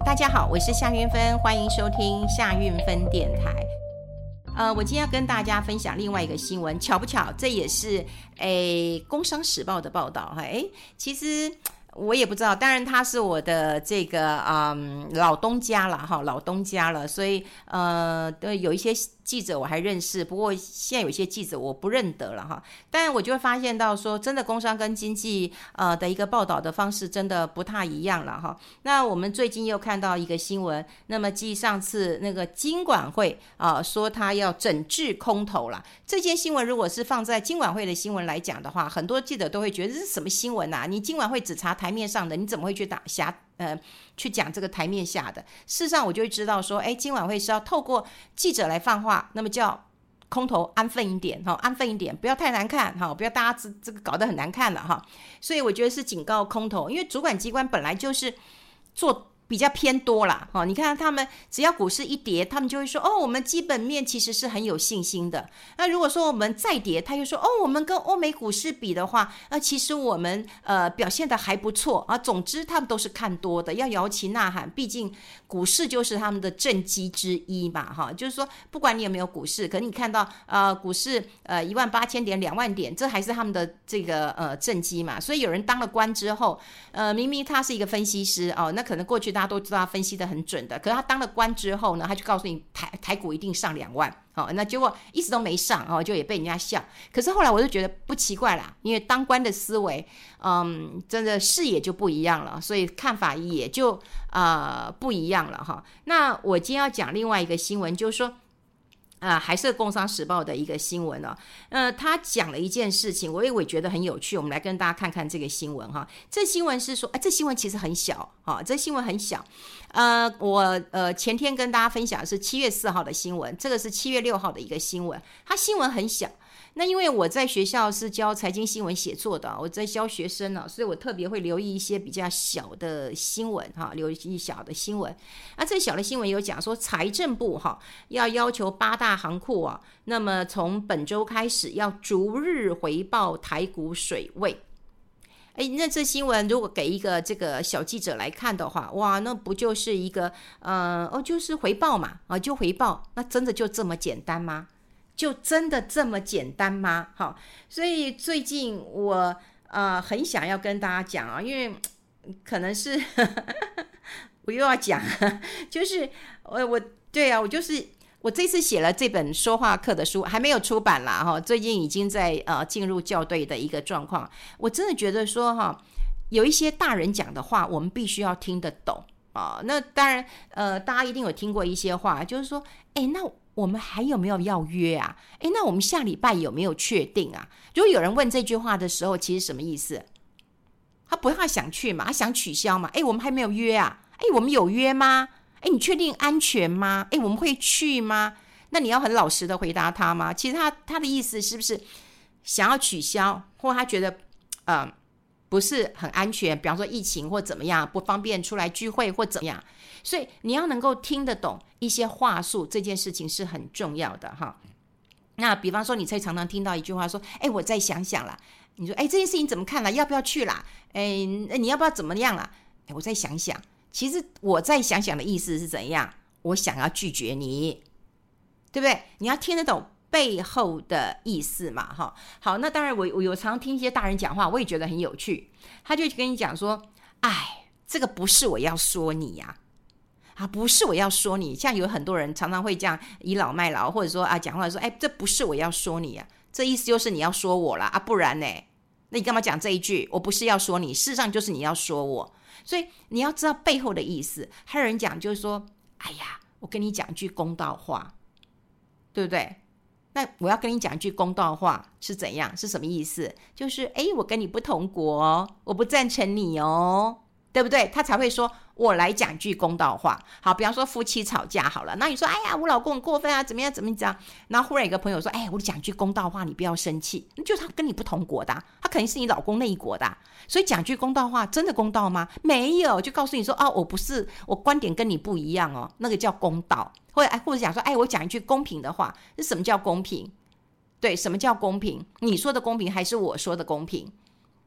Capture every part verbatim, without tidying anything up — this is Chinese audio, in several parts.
大家好，我是夏运芬，欢迎收听夏运芬电台。呃，我今天要跟大家分享另外一个新闻，巧不巧，这也是诶《工商时报》的报道。诶，其实我也不知道，当然他是我的这个嗯老东家了哈，老东家了，所以呃，对，有一些记者我还认识，不过现在有一些记者我不认得了哈。但我就会发现到说，真的工商跟经济呃的一个报道的方式真的不太一样了哈。那我们最近又看到一个新闻，那么继上次那个金管会啊、呃、说他要整治空头了，这件新闻如果是放在金管会的新闻来讲的话，很多记者都会觉得这是什么新闻啊？你金管会只查台面上的，你怎么会去打下呃去讲这个台面下的？事实上我就会知道说，哎，金管会是要透过记者来放话，那么叫空头安分一点哈，安分一点，不要太难看哈，不要大家这这个搞得很难看了哈。所以我觉得是警告空头，因为主管机关本来就是做比较偏多啦，哦，你看他们只要股市一跌，他们就会说哦，我们基本面其实是很有信心的。那如果说我们再跌，他就说哦，我们跟欧美股市比的话，呃，其实我们呃表现的还不错啊。总之他们都是看多的，要摇旗呐喊，毕竟股市就是他们的政绩之一嘛，哈，就是说不管你有没有股市，可能你看到呃股市呃一万八千点、两万点，这还是他们的这个呃政绩嘛。所以有人当了官之后，呃，明明他是一个分析师哦，那可能过去大家都知道他分析的很准的，可是他当了官之后呢，他就告诉你台台股一定上两万，哦，那结果一直都没上，哦，就也被人家笑。可是后来我就觉得不奇怪啦，因为当官的思维，嗯，真的视野就不一样了，所以看法也就呃不一样了哈。那我今天要讲另外一个新闻，就是说。啊、呃，还是《工商时报》的一个新闻哦，呃，他讲了一件事情，我也我觉得很有趣，我们来跟大家看看这个新闻哈。这新闻是说，哎，这新闻其实很小哈，这新闻很小。呃，我呃前天跟大家分享的是七月四号的新闻，这个是七月六号的一个新闻，它新闻很小。那因为我在学校是教财经新闻写作的，我在教学生呢，所以我特别会留意一些比较小的新闻哈，留意小的新闻。那这小的新闻有讲说，财政部哈要要求八大行库啊，那么从本周开始要逐日回报台股水位。哎，那这新闻如果给一个这个小记者来看的话，哇，那不就是一个呃哦，就是回报嘛，啊，就回报，那真的就这么简单吗？就真的这么简单吗？好，所以最近我呃很想要跟大家讲啊，因为可能是呵呵我又要讲，就是我我对啊，我就是我这次写了这本说话课的书，还没有出版啦哈，最近已经在呃进入校对的一个状况。我真的觉得说哈，有一些大人讲的话，我们必须要听得懂啊。那当然呃，大家一定有听过一些话，就是说，哎，那我们还有没有要约啊？诶，那我们下礼拜有没有确定啊？如果有人问这句话的时候，其实什么意思？他不太想去嘛，他想取消嘛。诶，我们还没有约啊？诶，我们有约吗？诶，你确定安全吗？诶，我们会去吗？那你要很老实的回答他吗？其实他他的意思是不是想要取消，或他觉得呃不是很安全，比方说疫情或怎么样，不方便出来聚会或怎么样？所以你要能够听得懂一些话术，这件事情是很重要的哈。那比方说，你才常常听到一句话说：“哎，我再想想啦。”你说：“哎，这件事情怎么看啦？要不要去啦？哎，你要不要怎么样啦？”哎，我再想想。其实我再想想的意思是怎样？我想要拒绝你，对不对？你要听得懂背后的意思嘛，哈。好，那当然我我有常听一些大人讲话，我也觉得很有趣。他就跟你讲说：“哎，这个不是我要说你呀、啊。”啊，不是我要说你，像有很多人常常会这样倚老卖老，或者说啊讲话说，哎，这不是我要说你啊，这意思就是你要说我啦啊，不然呢？那你干嘛讲这一句？我不是要说你，事实上就是你要说我，所以你要知道背后的意思。还有人讲就是说，哎呀，我跟你讲一句公道话，对不对？那我要跟你讲一句公道话是怎样？是什么意思？就是哎，我跟你不同国哦，我不赞成你哦。对不对？他才会说我来讲句公道话。好，比方说夫妻吵架好了，那你说哎呀我老公很过分啊，怎么样怎么样，然后忽然有个朋友说，哎，我讲句公道话，你不要生气，就是他跟你不同国的、啊、他肯定是你老公那一国的、啊、所以讲句公道话真的公道吗？没有，就告诉你说哦，我不是，我观点跟你不一样哦，那个叫公道。或者或者讲说，哎，我讲一句公平的话，那什么叫公平？对，什么叫公平？你说的公平还是我说的公平？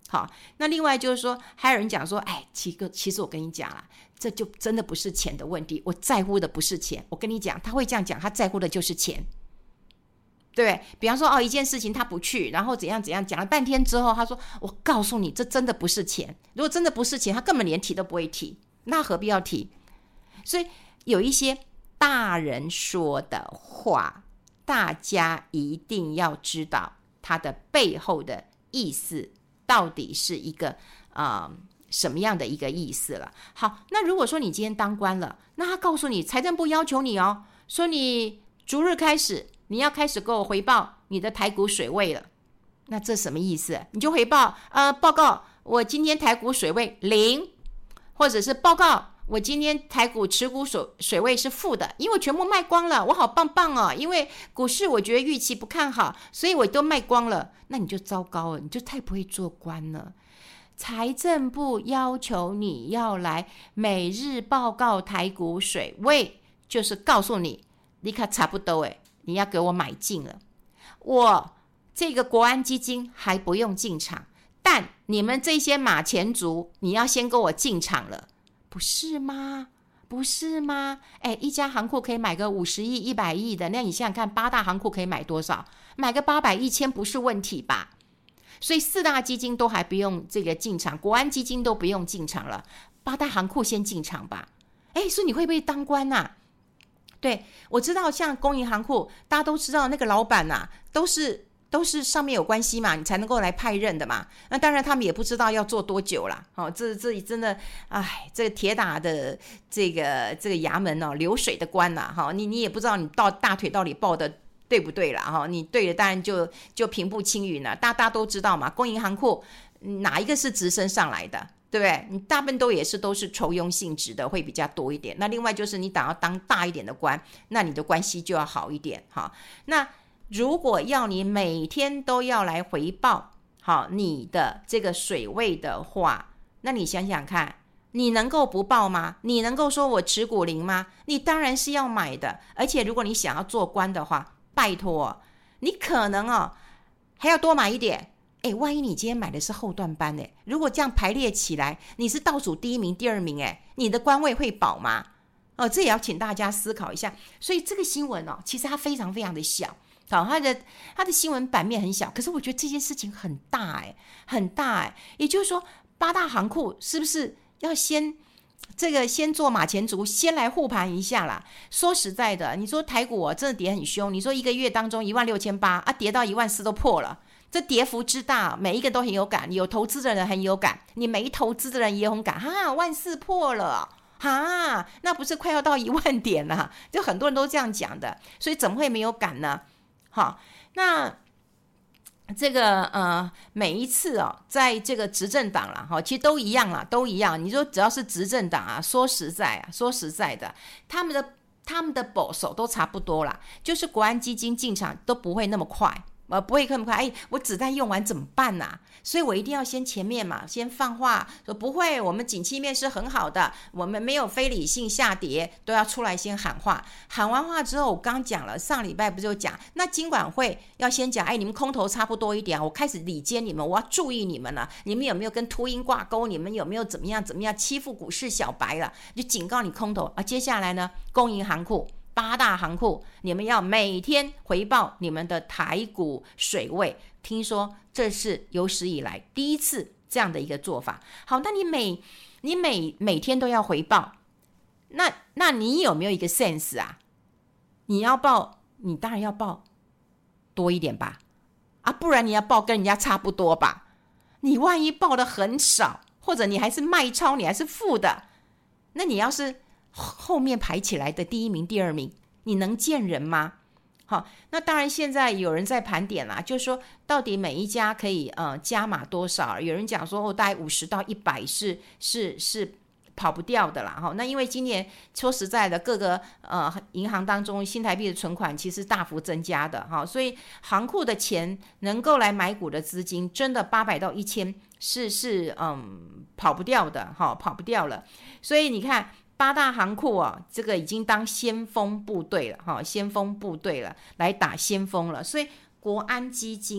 好，那另外就是说，还有人讲说，哎，七哥，其实我跟你讲啦，这就真的不是钱的问题，我在乎的不是钱。我跟你讲，他会这样讲，他在乎的就是钱。对，比方说哦，一件事情他不去，然后怎样怎样，讲了半天之后，他说：“我告诉你，这真的不是钱。如果真的不是钱，他根本连提都不会提，那何必要提？”所以有一些大人说的话，大家一定要知道他的背后的意思到底是一个呃什么样的一个意思了。好，那如果说你今天当官了，那他告诉你，财政部要求你哦，说你逐日开始。你要开始给我回报你的台股水位了，那这什么意思？你就回报，呃，报告我今天台股水位零，或者是报告我今天台股持股水水位是负的，因为我全部卖光了，我好棒棒哦！因为股市我觉得预期不看好，所以我都卖光了。那你就糟糕了，你就太不会做官了。财政部要求你要来每日报告台股水位，就是告诉你，你看差不多诶。你要给我买进了，我这个国安基金还不用进场，但你们这些马前卒，你要先给我进场了，不是吗？不是吗？哎，一家行库可以买个五十亿、一百亿的，那你想想看，八大行库可以买多少？买个八百、一千不是问题吧？所以四大基金都还不用这个进场，国安基金都不用进场了，八大行库先进场吧。哎，所以你会不会当官啊？对，我知道像公营行库，大家都知道那个老板啊，都是都是上面有关系嘛，你才能够来派任的嘛。那当然他们也不知道要做多久啦。哦，这这真的，哎，这个铁打的这个这个衙门哦，流水的官呐、啊，哈、哦，你你也不知道你到大腿到底抱的对不对啦，哈、哦，你对了当然就就平步青云了。大大家都知道嘛，公营行库哪一个是直升上来的？对不对？你大部分都也是都是酬庸性质的，会比较多一点。那另外就是你想要当大一点的官，那你的关系就要好一点哈。那如果要你每天都要来回报好你的这个水位的话，那你想想看，你能够不报吗？你能够说我持股零吗？你当然是要买的。而且如果你想要做官的话，拜托，你可能哦还要多买一点。哎，万一你今天买的是后段班哎，如果这样排列起来，你是倒数第一名、第二名哎，你的官位会保吗？哦，这也要请大家思考一下。所以这个新闻哦，其实它非常非常的小，好、哦，它的它的新闻版面很小，可是我觉得这件事情很大哎，很大哎。也就是说，八大行库是不是要先这个先做马前卒，先来护盘一下啦？说实在的，你说台股、哦、真的跌很凶，你说一个月当中一万六千八啊，跌到一万四都破了。这跌幅之大，每一个都很有感，有投资的人很有感，你没投资的人也很感哈，万四破了哈，那不是快要到一万点了？就很多人都这样讲的，所以怎么会没有感呢？好，那这个呃，每一次哦，在这个执政党啦，哈，其实都一样啦，都一样。你说只要是执政党啊，说实在啊，说实在的，他们的他们的保守都差不多啦，就是国安基金进场都不会那么快。呃，不会那么快，哎，我子弹用完怎么办啊？所以我一定要先前面嘛，先放话说不会，我们景气面是很好的，我们没有非理性下跌，都要出来先喊话。喊完话之后，我刚讲了，上礼拜不就讲，那金管会要先讲，哎，你们空头差不多一点，我开始理监你们，我要注意你们了，你们有没有跟秃鹰挂钩？你们有没有怎么样怎么样欺负股市小白了？就警告你空头啊。接下来呢，公营行库。八大行库，你们要每天回报你们的台股水位，听说这是有史以来第一次这样的一个做法。好，那你每你每每天都要回报，那那你有没有一个 sense 啊？你要报，你当然要报多一点吧，啊，不然你要报跟人家差不多吧。你万一报的很少，或者你还是卖超，你还是负的，那你要是后面排起来的第一名、第二名，你能见人吗？好，那当然现在有人在盘点啦，就是说到底每一家可以呃加码多少？有人讲说哦，大概五十到一百是是是跑不掉的啦。哈，那因为今年说实在的，各个呃银行当中新台币的存款其实大幅增加的哈，所以行库的钱能够来买股的资金，真的八百到一千是是嗯跑不掉的哈，跑不掉了。所以你看。八大行库啊，这个已经当先锋部队了哈，先锋部队了，来打先锋了。所以国安基金啊，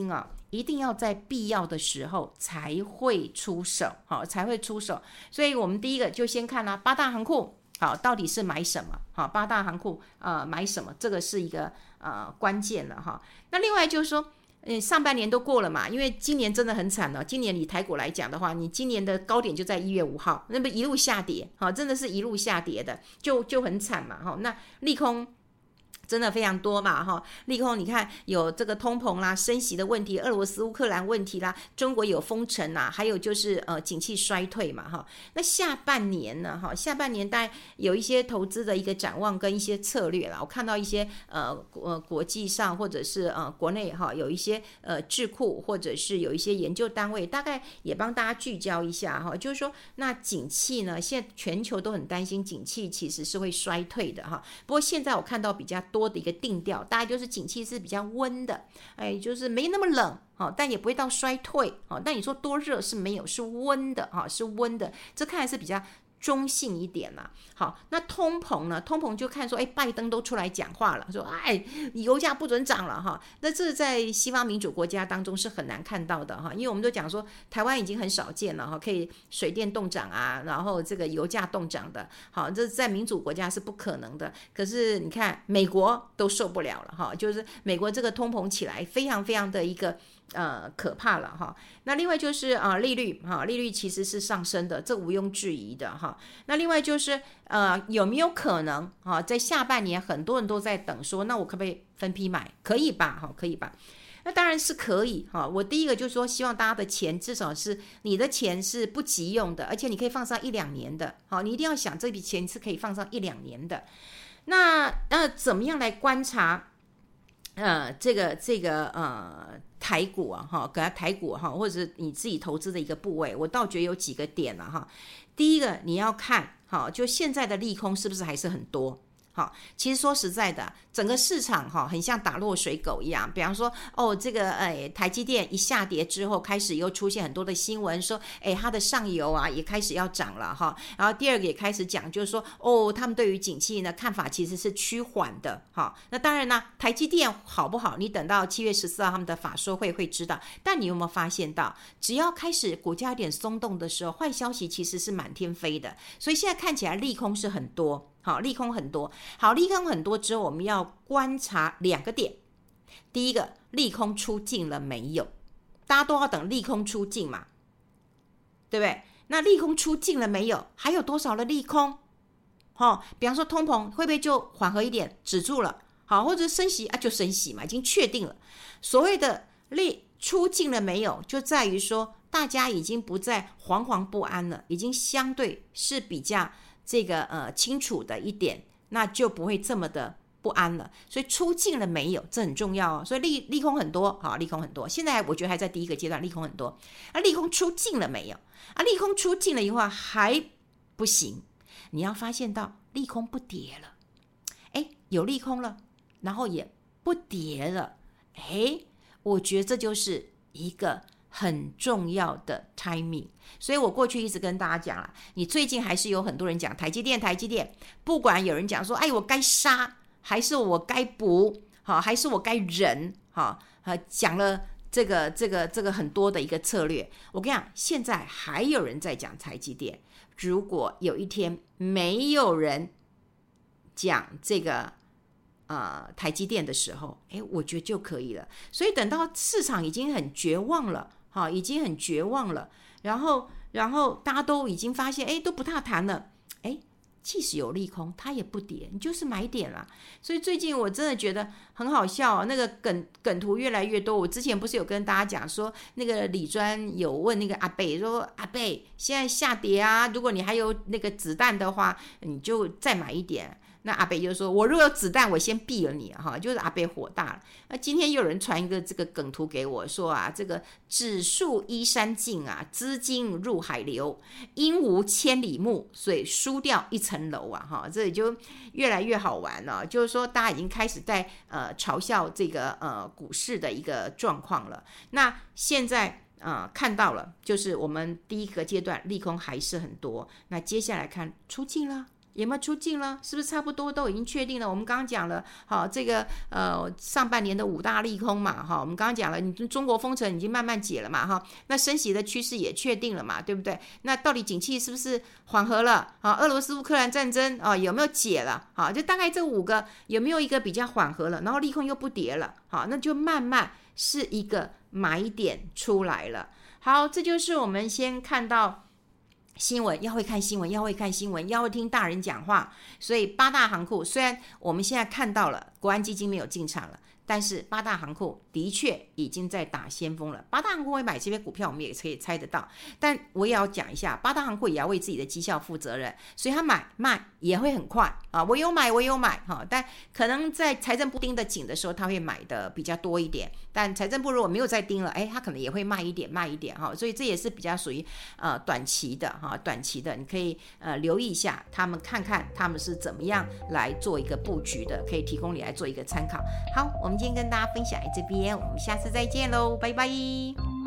一定要在必要的时候才会出手，好，才会出手。所以我们第一个就先看啦、啊，八大行库，好，到底是买什么？好，八大行库呃买什么？这个是一个呃关键了哈。那另外就是说，嗯，上半年都过了嘛，因为今年真的很惨了。今年以台股来讲的话，你今年的高点就在一月五号，那么一路下跌，好，真的是一路下跌的，就就很惨嘛，哈。那利空真的非常多嘛，哈，利空你看有这个通膨啦、升息的问题、俄罗斯乌克兰问题啦，中国有封城啦，还有就是呃景气衰退嘛，哈。那下半年呢，哈，下半年大概有一些投资的一个展望跟一些策略啦。我看到一些呃呃国际上或者是呃国内哈有一些呃智库或者是有一些研究单位，大概也帮大家聚焦一下哈，就是说那景气呢，现在全球都很担心景气其实是会衰退的哈。不过现在我看到比较多多的一个定调，大概就是景气是比较温的，哎，就是没那么冷，哦，但也不会到衰退，哦，但你说多热是没有，是温的，哈，是温的，这看来是比较中性一点啦。好，那通膨呢？通膨就看说，哎，拜登都出来讲话了，说，哎，油价不准涨了哈。那这在西方民主国家当中是很难看到的哈，因为我们都讲说，台湾已经很少见了哈，可以水电动涨啊，然后这个油价动涨的，好，这在民主国家是不可能的。可是你看，美国都受不了了哈，就是美国这个通膨起来非常非常的一个。呃，可怕了哈。那另外就是啊、呃，利率哈，利率其实是上升的，这毋庸置疑的哈。那另外就是呃，有没有可能哈，在下半年很多人都在等说，那我可不可以分批买？可以吧？哈，可以吧？那当然是可以哈。我第一个就是说，希望大家的钱至少是你的钱是不急用的，而且你可以放上一两年的。好，你一定要想这笔钱是可以放上一两年的。那那怎么样来观察？呃，这个这个呃台股啊，哈，给它台股哈，或者是你自己投资的一个部位，我倒觉得有几个点了哈。第一个你要看，哈，就现在的利空是不是还是很多？好，其实说实在的，整个市场哈很像打落水狗一样。比方说，哦，这个哎，台积电一下跌之后，开始又出现很多的新闻，说，哎，它的上游啊也开始要涨了哈。然后第二个也开始讲，就是说，哦，他们对于景气呢看法其实是趋缓的哈。那当然呢，台积电好不好？你等到七月十四号他们的法说会会知道。但你有没有发现到，只要开始股价有点松动的时候，坏消息其实是满天飞的。所以现在看起来利空是很多。好，利空很多。好，利空很多之后，我们要观察两个点。第一个，利空出尽了没有？大家都要等利空出尽嘛，对不对？那利空出尽了没有？还有多少的利空？好，比方说通膨会不会就缓和一点，止住了？好，或者升息啊，就升息嘛，已经确定了。所谓的利出尽了没有，就在于说大家已经不再惶惶不安了，已经相对是比较。这个呃清楚的一点，那就不会这么的不安了。所以出尽了没有，这很重要哦。所以利利空很多，好，利空很多。现在我觉得还在第一个阶段，利空很多。啊，利空出尽了没有？啊，利空出尽了以后还不行，你要发现到利空不跌了，哎，有利空了，然后也不跌了，哎，我觉得这就是一个。很重要的 timing， 所以我过去一直跟大家讲了，你最近还是有很多人讲台积电，台积电，不管有人讲说，哎，我该杀，还是我该补，好，还是我该忍，好，讲了这个这个这个很多的一个策略。我跟你讲，现在还有人在讲台积电，如果有一天没有人讲这个。呃，台积电的时候，哎，我觉得就可以了。所以等到市场已经很绝望了，哈，已经很绝望了，然后，然后大家都已经发现，哎，都不大谈了，哎，即使有利空，它也不跌，你就是买点啦。所以最近我真的觉得很好笑，那个梗梗图越来越多。我之前不是有跟大家讲说，那个理专有问那个阿贝说，阿贝现在下跌啊，如果你还有那个子弹的话，你就再买一点。那阿北就说：“我如果有子弹，我先毙了你哈！”就是阿北火大了。那今天又有人传一个这个梗图给我说啊，这个指数依山尽啊，资金入海流，因无千里目，所以输掉一层楼啊！哈，这里就越来越好玩了。就是说，大家已经开始在呃嘲笑这个呃股市的一个状况了。那现在。呃，看到了，就是我们第一个阶段利空还是很多，那接下来看出尽了。 有没有出尽了？是不是差不多都已经确定了？我们刚刚讲了，好，这个呃上半年的五大利空嘛，哈，我们刚刚讲了，你中国封城已经慢慢解了嘛，哈，那升息的趋势也确定了嘛，对不对？那到底景气是不是缓和了？啊，俄罗斯乌克兰战争啊有没有解了？好，就大概这五个有没有一个比较缓和了？然后利空又不跌了，好，那就慢慢是一个买点出来了。好，这就是我们先看到。新闻要会看新闻，要会看新闻，要会听大人讲话。所以八大行库虽然我们现在看到了国安基金没有进场了，但是八大行库的确已经在打先锋了。八大行库会买这些股票，我们也可以猜得到。但我也要讲一下，八大行库也要为自己的绩效负责任，所以他买卖也会很快啊。我有买，我有买哈，但可能在财政部盯得紧的时候，他会买的比较多一点。但财政部如果没有再盯了，哎，他可能也会卖一点，卖一点哈。所以这也是比较属于呃短期的哈，短期的，你可以呃留意一下他们，看看他们是怎么样来做一个布局的，可以提供你来做一个参考。好，我们今天跟大家分享在这边，我们下次再见喽，拜拜。